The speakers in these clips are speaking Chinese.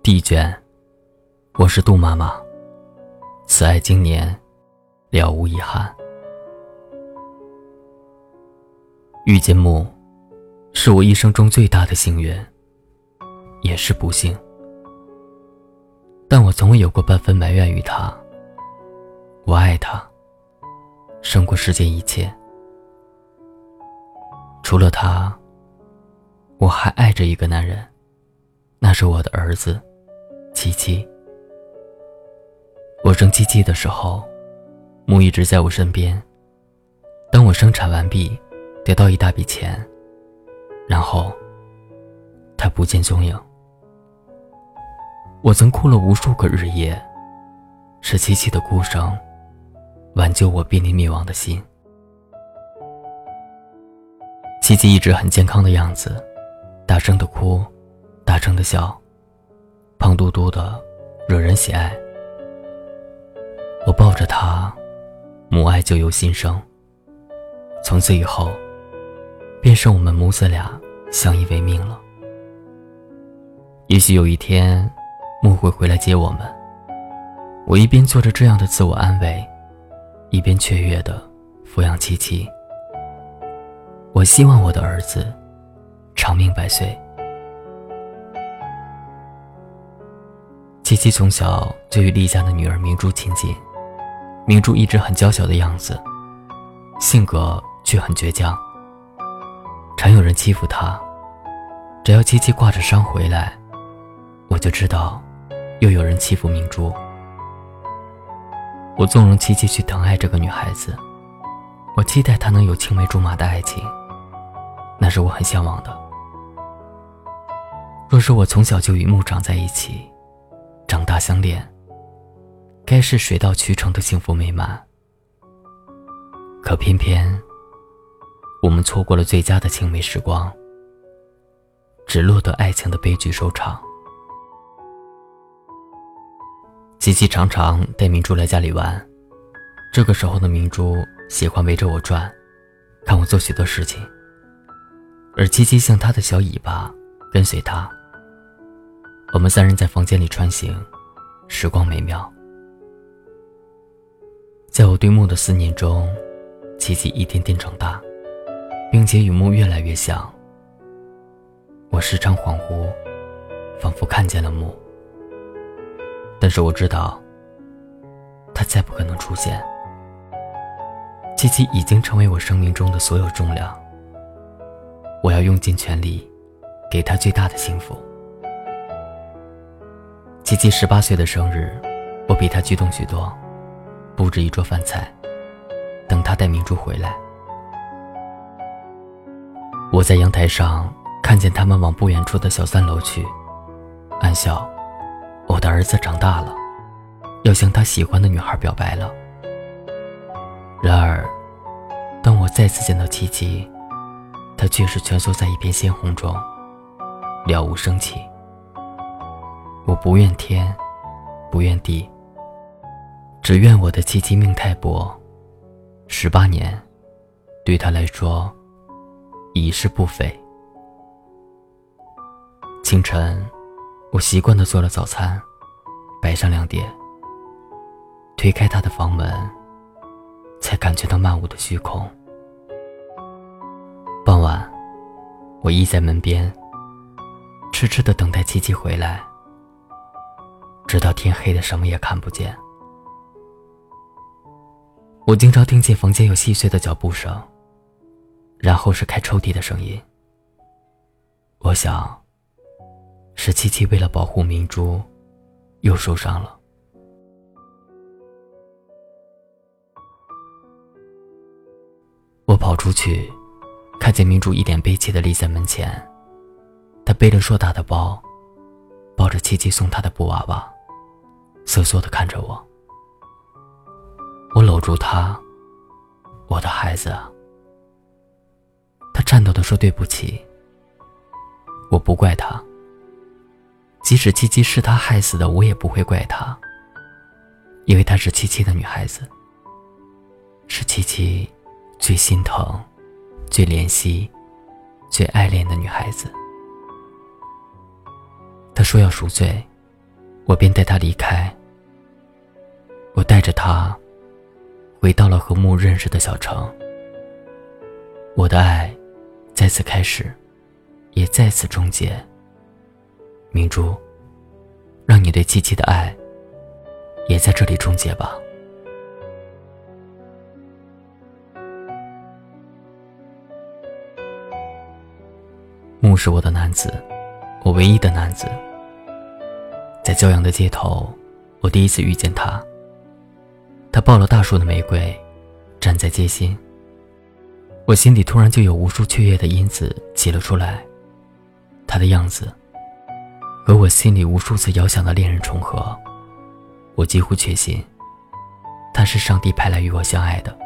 第一卷，我是杜妈妈，此爱经年，了无遗憾。遇见木，是我一生中最大的幸运，也是不幸。但我从未有过半分埋怨于他。我爱他，胜过世间一切。除了他，我还爱着一个男人，那是我的儿子七七。我生七七的时候，木一直在我身边。当我生产完毕，得到一大笔钱，然后他不见踪影。我曾哭了无数个日夜，是七七的哭声挽救我濒临灭亡的心。七七一直很健康的样子，大声的哭，大声的笑，胖嘟嘟的，惹人喜爱。我抱着她，母爱就由心生。从此以后，便是我们母子俩相依为命了。也许有一天，木会回来接我们。我一边做着这样的自我安慰，一边雀跃地抚养七七。我希望我的儿子长命百岁。七七从小就与丽家的女儿明珠亲近，明珠一直很娇小的样子，性格却很倔强，常有人欺负她。只要七七挂着伤回来，我就知道又有人欺负明珠。我纵容七七去疼爱这个女孩子，我期待她能有青梅竹马的爱情，那是我很向往的。若是我从小就与木长在一起，长大相恋，该是水到渠成的幸福美满。可偏偏我们错过了最佳的青梅时光，只落得爱情的悲剧收场。七七常常带明珠来家里玩，这个时候的明珠喜欢围着我转，看我做许多事情，而七七像他的小尾巴跟随他。我们三人在房间里穿行，时光美妙。在我对木的思念中，七七一点点长大，并且与木越来越像。我时常恍惚，仿佛看见了木，但是我知道他再不可能出现。七七已经成为我生命中的所有重量，我要用尽全力给他最大的幸福。七七18岁的生日，我比他激动许多，布置一桌饭菜，等他带明珠回来。我在阳台上看见他们往不远处的小3楼去，暗笑，我的儿子长大了，要向他喜欢的女孩表白了。然而当我再次见到七七，她却是蜷缩在一片鲜红中，了无生气。我不怨天，不怨地，只怨我的七七命太薄，18年对她来说已是不菲。清晨，我习惯地做了早餐，摆上2碟，推开她的房门，才感觉到漫无的虚空。傍晚，我依在门边，痴痴地等待七七回来，直到天黑的什么也看不见。我经常听见房间有细碎的脚步声，然后是开抽屉的声音。我想，是七七为了保护明珠，又受伤了。我跑出去，看见明珠一脸悲戚地立在门前，她背着硕大的包，抱着七七送她的布娃娃，瑟缩地看着我。我搂住她，我的孩子啊。她颤抖地说对不起。我不怪她，即使七七是她害死的，我也不会怪她，因为她是七七的女孩子，是七七最心疼、最怜惜、最爱恋的女孩子。她说要赎罪， 我便带他离开。我带着他回到了和木认识的小城。我的爱再次开始，也再次终结。明珠，让你对七七的爱也在这里终结吧。木是我的男子，我唯一的男子。在骄阳的街头，我第一次遇见他。他抱了大束的玫瑰，站在街心。我心里突然就有无数雀跃的因子起了出来。他的样子和我心里无数次遥想的恋人重合，我几乎确信他是上帝派来与我相爱的。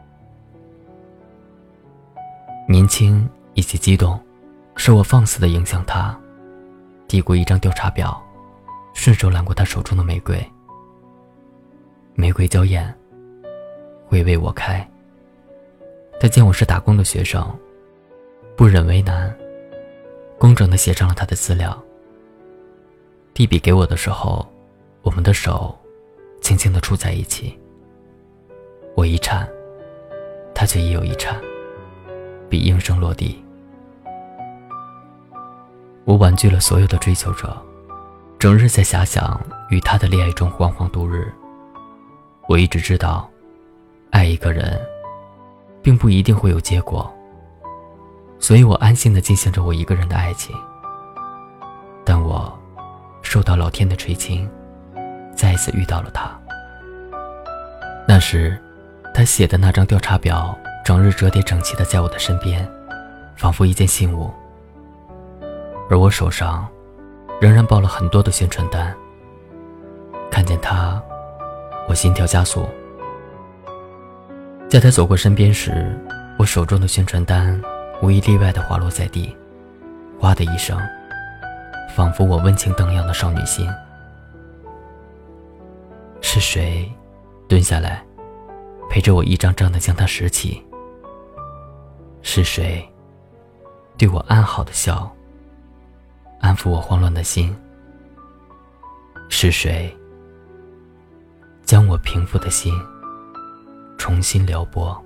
年轻以及激动使我放肆地迎向他，递过一张调查表，顺手揽过他手中的玫瑰。玫瑰娇艳，会为我开。他见我是打工的学生，不忍为难，工整地写上了他的资料。递笔给我的时候，我们的手轻轻地触在一起。我一颤，他却也有一颤，比应声落地。我婉拒了所有的追求者，整日在遐想与他的恋爱中惶惶度日。我一直知道，爱一个人并不一定会有结果，所以我安心地进行着我一个人的爱情。但我受到老天的垂青，再一次遇到了他。那时他写的那张调查表整日折叠整齐地在我的身边，仿佛一件信物。而我手上仍然抱了很多的宣传单。看见他，我心跳加速。在他走过身边时，我手中的宣传单无一例外地滑落在地，哗的一声，仿佛我温情荡漾的少女心。是谁蹲下来陪着我一张张地将它拾起？是谁对我安好的笑，安抚我慌乱的心？是谁将我平复的心重新撩拨？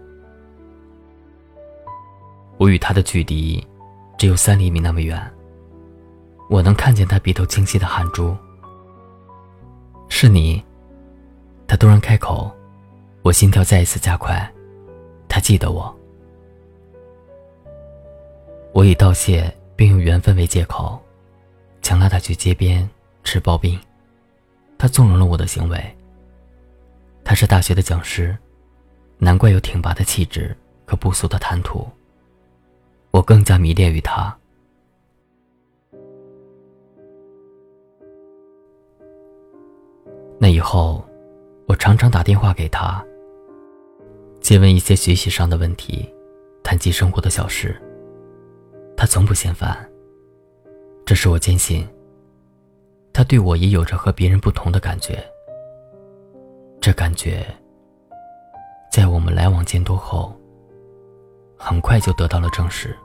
我与他的距离只有3厘米那么远，我能看见他鼻头清晰的汗珠。是你？他突然开口，我心跳再一次加快。他记得我。我以道谢并用缘分为借口，强拉他去街边吃刨冰。他纵容了我的行为。他是大学的讲师，难怪有挺拔的气质和不俗的谈吐。我更加迷恋于他。那以后，我常常打电话给他，借问一些学习上的问题，谈及生活的小事。他从不嫌烦，这使我坚信，他对我也有着和别人不同的感觉。这感觉，在我们来往渐多后，很快就得到了证实。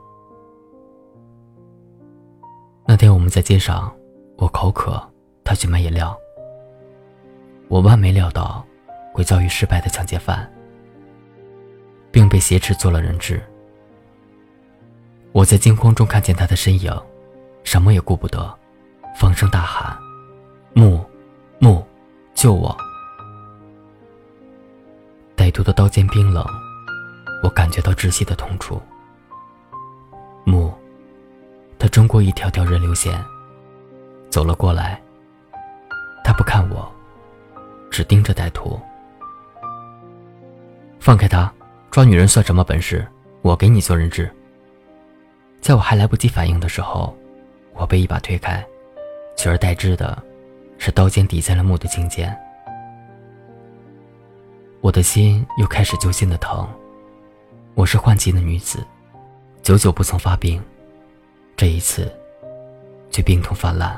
那天我们在街上，我口渴，他去买饮料。我万没料到会遭遇失败的抢劫犯，并被挟持做了人质。我在惊慌中看见他的身影，什么也顾不得，放声大喊：木，木，救我！歹徒的刀尖冰冷，我感觉到窒息的痛楚。木，他冲过一条条人流线，走了过来。他不看我，只盯着歹徒。放开他，抓女人算什么本事？我给你做人质。在我还来不及反应的时候，我被一把推开，取而代之的是刀尖抵在了木的颈间。我的心又开始揪心的疼。我是换季的女子，久久不曾发病，这一次却病痛泛滥。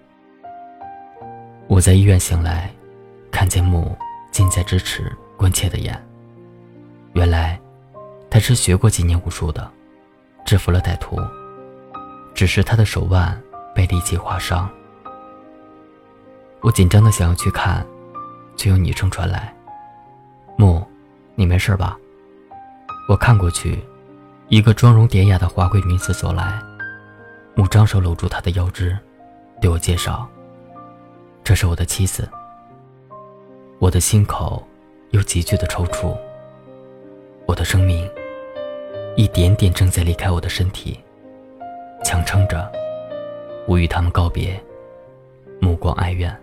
我在医院醒来，看见木近在咫尺，关切的眼。原来他是学过几年武术的，制服了歹徒，只是他的手腕被利器划伤。 我紧张的想要去看，却有昵称传来：木，你没事吧？我看过去，一个妆容典雅的华贵女子走来，木张手搂住她的腰肢，对我介绍：这是我的妻子。我的心口又急剧的抽搐，我的生命一点点正在离开我的身体，强撑着我与他们告别，目光哀怨。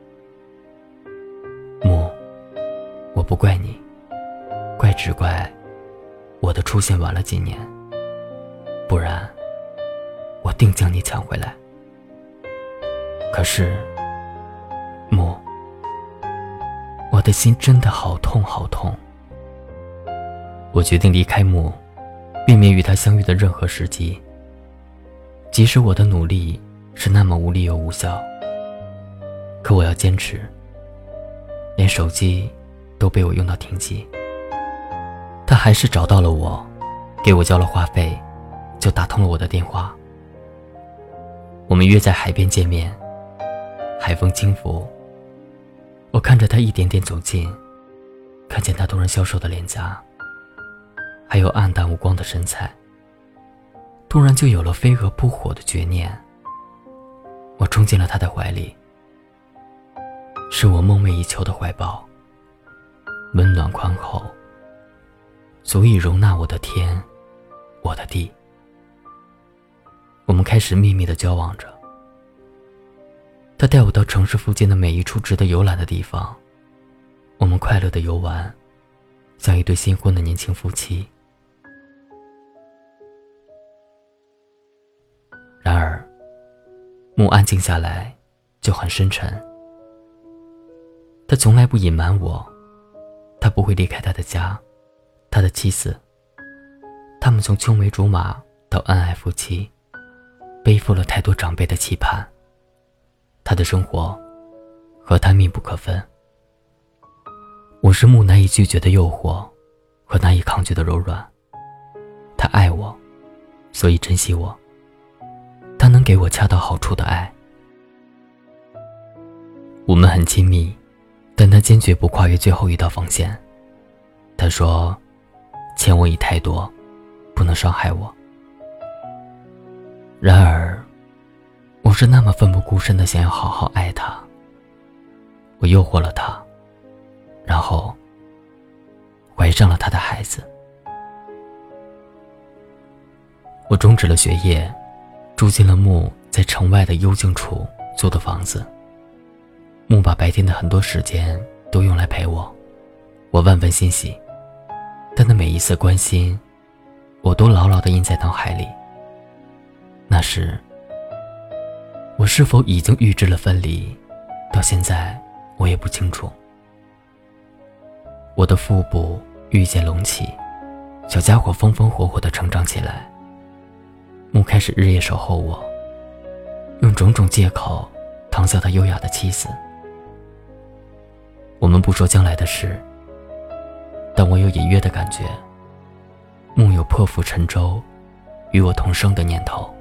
木，我不怪你，怪只怪我的出现晚了几年，不然我定将你抢回来。可是木，我的心真的好痛好痛。我决定离开木，避免与他相遇的任何时机，即使我的努力是那么无力又无效，可我要坚持。连手机都被我用到停机，他还是找到了我，给我交了话费，就打通了我的电话。我们约在海边见面，海风轻拂，我看着他一点点走近，看见他突然消瘦的脸颊，还有暗淡无光的身材，突然就有了飞蛾扑火的绝念。我冲进了他的怀里，是我梦寐以求的怀抱，温暖宽厚，足以容纳我的天，我的地。我们开始秘密地交往着，他带我到城市附近的每一处值得游览的地方，我们快乐地游玩，像一对新婚的年轻夫妻。然而木安静下来就很深沉，他从来不隐瞒我，他不会离开他的家，他的妻子，他们从青梅竹马到恩爱夫妻，背负了太多长辈的期盼，他的生活和他密不可分。我是木难以拒绝的诱惑和难以抗拒的柔软，他爱我，所以珍惜我，他能给我恰到好处的爱。我们很亲密，但他坚决不跨越最后一道防线。他说欠我已太多，不能伤害我。然而我是那么奋不顾身的想要好好爱他，我诱惑了他，然后怀上了他的孩子。我终止了学业，住进了木在城外的幽静处租的房子。木把白天的很多时间都用来陪我，我万分欣喜，但他每一次关心，我都牢牢地印在脑海里。那时我是否已经预知了分离，到现在我也不清楚。我的腹部愈见隆起，小家伙风风火火地成长起来。木开始日夜守候我，用种种借口搪塞他优雅的妻子。我们不说将来的事，但我有隐约的感觉，木有破釜沉舟与我同生的念头。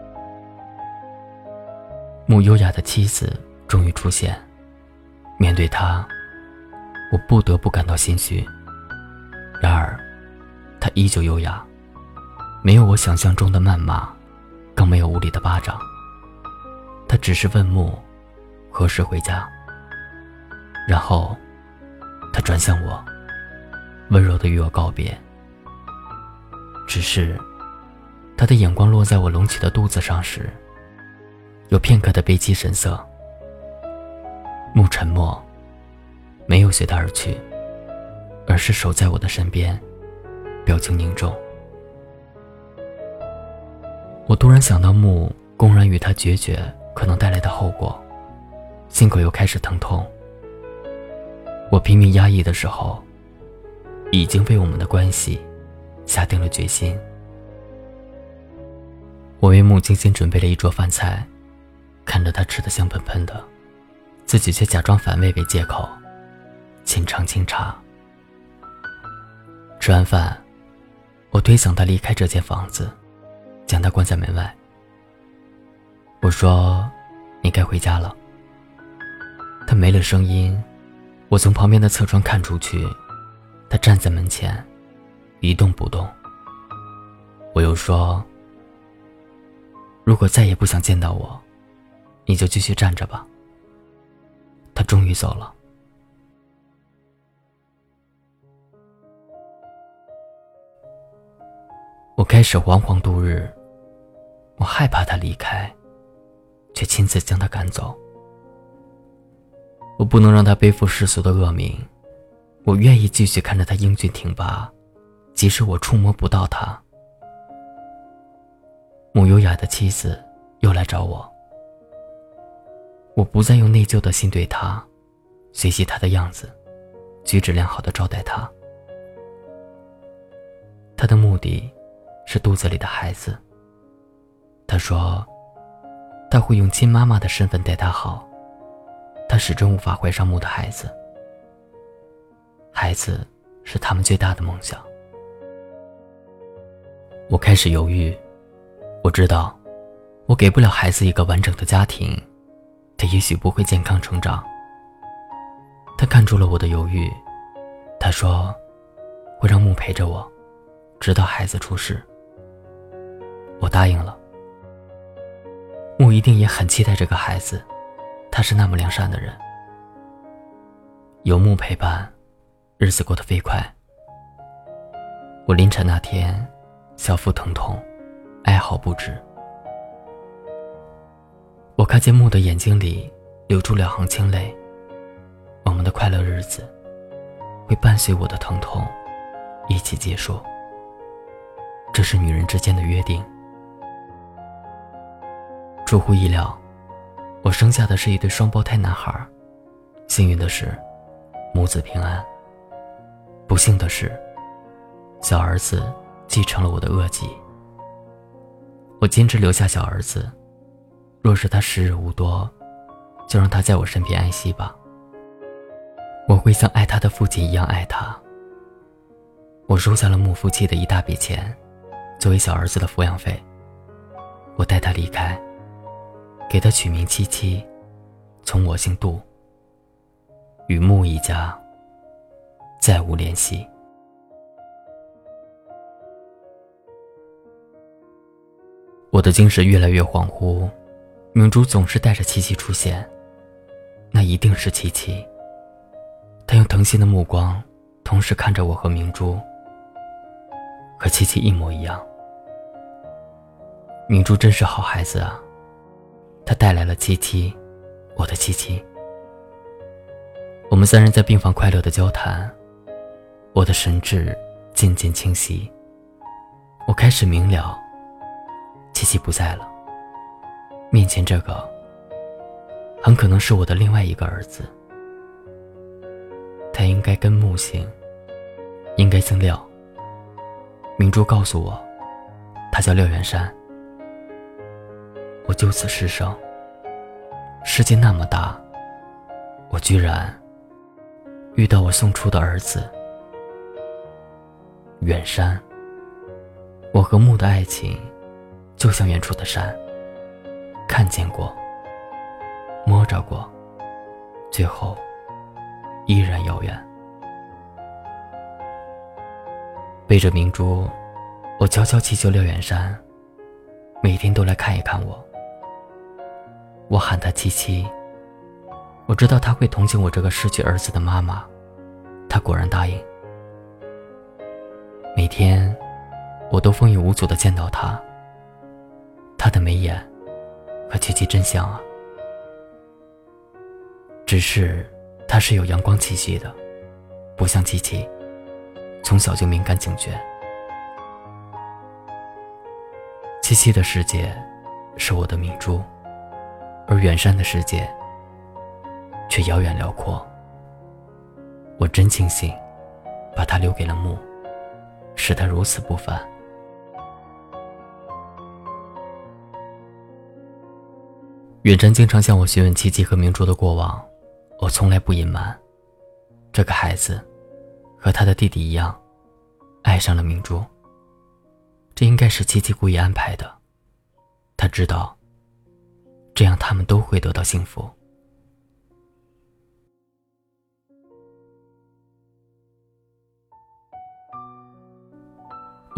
木优雅的妻子终于出现，面对她，我不得不感到心虚。然而她依旧优雅，没有我想象中的谩骂，更没有无理的巴掌。她只是问木何时回家，然后她转向我，温柔地与我告别。只是她的眼光落在我隆起的肚子上时，有片刻的悲戚神色。木沉默，没有随她而去，而是守在我的身边，表情凝重。我突然想到木公然与他决绝可能带来的后果，心口又开始疼痛。我拼命压抑的时候，已经为我们的关系下定了决心。我为木精心准备了一桌饭菜，看着他吃得香喷喷的，自己却假装反胃为借口，清肠清茶。吃完饭，我推搡他离开这间房子，将他关在门外。我说你该回家了。 他没了声音，我从旁边的侧窗看出去，他站在门前一动不动。我又说，如果再也不想见到我，你就继续站着吧。他终于走了。我开始惶惶度日，我害怕他离开，却亲自将他赶走。我不能让他背负世俗的恶名，我愿意继续看着他英俊挺拔，即使我触摸不到他。穆优雅的妻子又来找我，我不再用内疚的心对他，学习他的样子，举止良好的招待他。他的目的是肚子里的孩子。他说他会用亲妈妈的身份待他好，他始终无法怀上木的孩子，孩子是他们最大的梦想。我开始犹豫，我知道我给不了孩子一个完整的家庭，他也许不会健康成长。他看出了我的犹豫，他说会让木陪着我，直到孩子出世。我答应了。木一定也很期待这个孩子，他是那么良善的人。有木陪伴，日子过得飞快。我临产那天，小腹疼痛，哀嚎不止。我看见木的眼睛里流出2行清泪，我们的快乐日子会伴随我的疼痛一起结束，这是女人之间的约定。出乎意料，我生下的是一对双胞胎男孩，幸运的是母子平安，不幸的是小儿子继承了我的恶疾。我坚持留下小儿子，若是他时日无多，就让他在我身边安息吧。我会像爱他的父亲一样爱他。我收下了木夫妻的一大笔钱，作为小儿子的抚养费。我带他离开，给他取名七七，从我姓杜，与木一家再无联系。我的精神越来越恍惚，明珠总是带着七七出现，那一定是七七。他用疼惜的目光同时看着我和明珠，和七七一模一样。明珠真是好孩子啊，他带来了七七，我的七七。我们3人在病房快乐地交谈，我的神智渐渐清晰，我开始明了，七七不在了，面前这个很可能是我的另外一个儿子。他应该跟木姓，应该姓廖。明珠告诉我，他叫廖元山。我就此失声。世界那么大，我居然遇到我送出的儿子远山。我和木的爱情就像远处的山，看见过，摸着过，最后依然遥远。背着明珠，我悄悄祈求廖远山每天都来看一看我。我喊他七七，我知道他会同情我这个失去儿子的妈妈，他果然答应。每天我都风雨无阻地见到他，他的眉眼和七七真像啊，只是他是有阳光气息的，不像七七从小就敏感警觉。七七的世界是我的明珠，而远山的世界却遥远辽阔。我真庆幸把他留给了木，使他如此不凡。远山经常向我询问七七和明珠的过往，我从来不隐瞒。这个孩子和他的弟弟一样，爱上了明珠，这应该是七七故意安排的。他知道，这样他们都会得到幸福。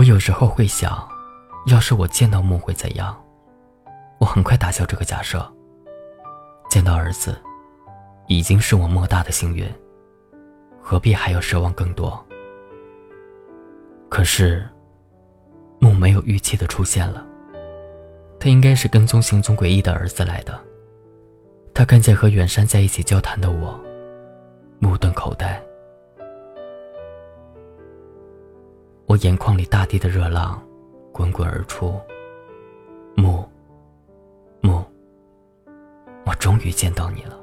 我有时候会想，要是我见到木会怎样？我很快打消这个假设。见到儿子，已经是我莫大的幸运，何必还要奢望更多？可是，木没有预期的出现了。他应该是跟踪行踪诡异的儿子来的。他看见和远山在一起交谈的我，目瞪口呆。我眼眶里大滴的热浪滚滚而出。木，我终于见到你了。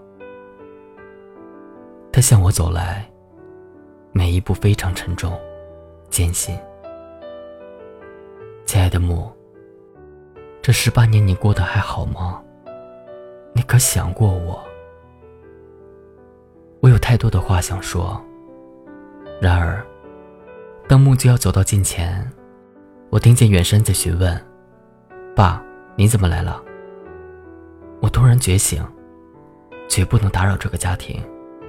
他向我走来，每一步非常沉重艰辛。亲爱的木，这18年你过得还好吗？你可想过我？我有太多的话想说，然而当木就要走到近前，我听见远山在询问：爸，你怎么来了？我突然觉醒，绝不能打扰这个家庭。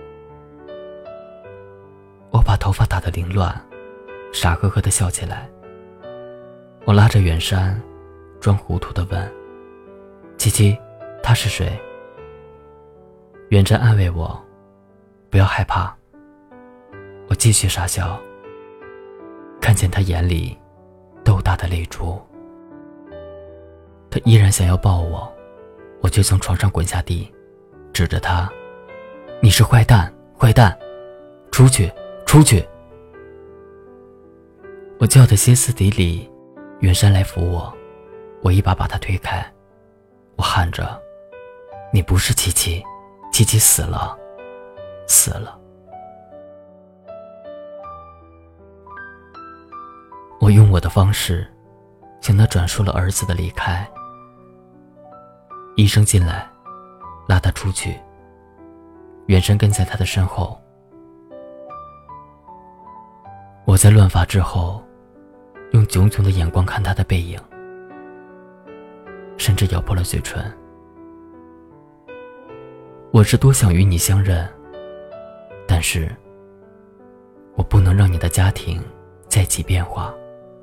我把头发打得凌乱，傻呵呵地笑起来。我拉着远山，装糊涂地问：七七，他是谁？远山安慰我，不要害怕。我继续傻笑，看见他眼里豆大的泪珠。他依然想要抱我，我却从床上滚下地，指着他：你是坏蛋，坏蛋，出去，出去！我叫得歇斯底里，远山来扶我，我一把把他推开。我喊着：你不是七七，七七死了，死了。我用我的方式向他转述了儿子的离开。医生进来拉他出去，远山跟在他的身后。我在乱发之后用炯炯的眼光看他的背影，甚至咬破了嘴唇。我是多想与你相认，但是我不能让你的家庭再起变化。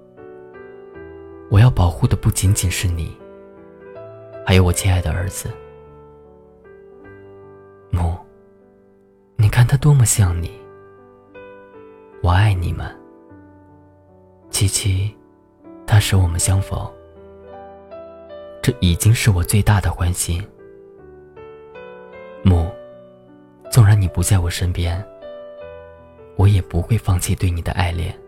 我要保护的不仅仅是你，还有我亲爱的儿子。木，你看他多么像你。我爱你们。七七，他使我们相逢，这已经是我最大的欢欣。木，纵然你不在我身边，我也不会放弃对你的爱恋。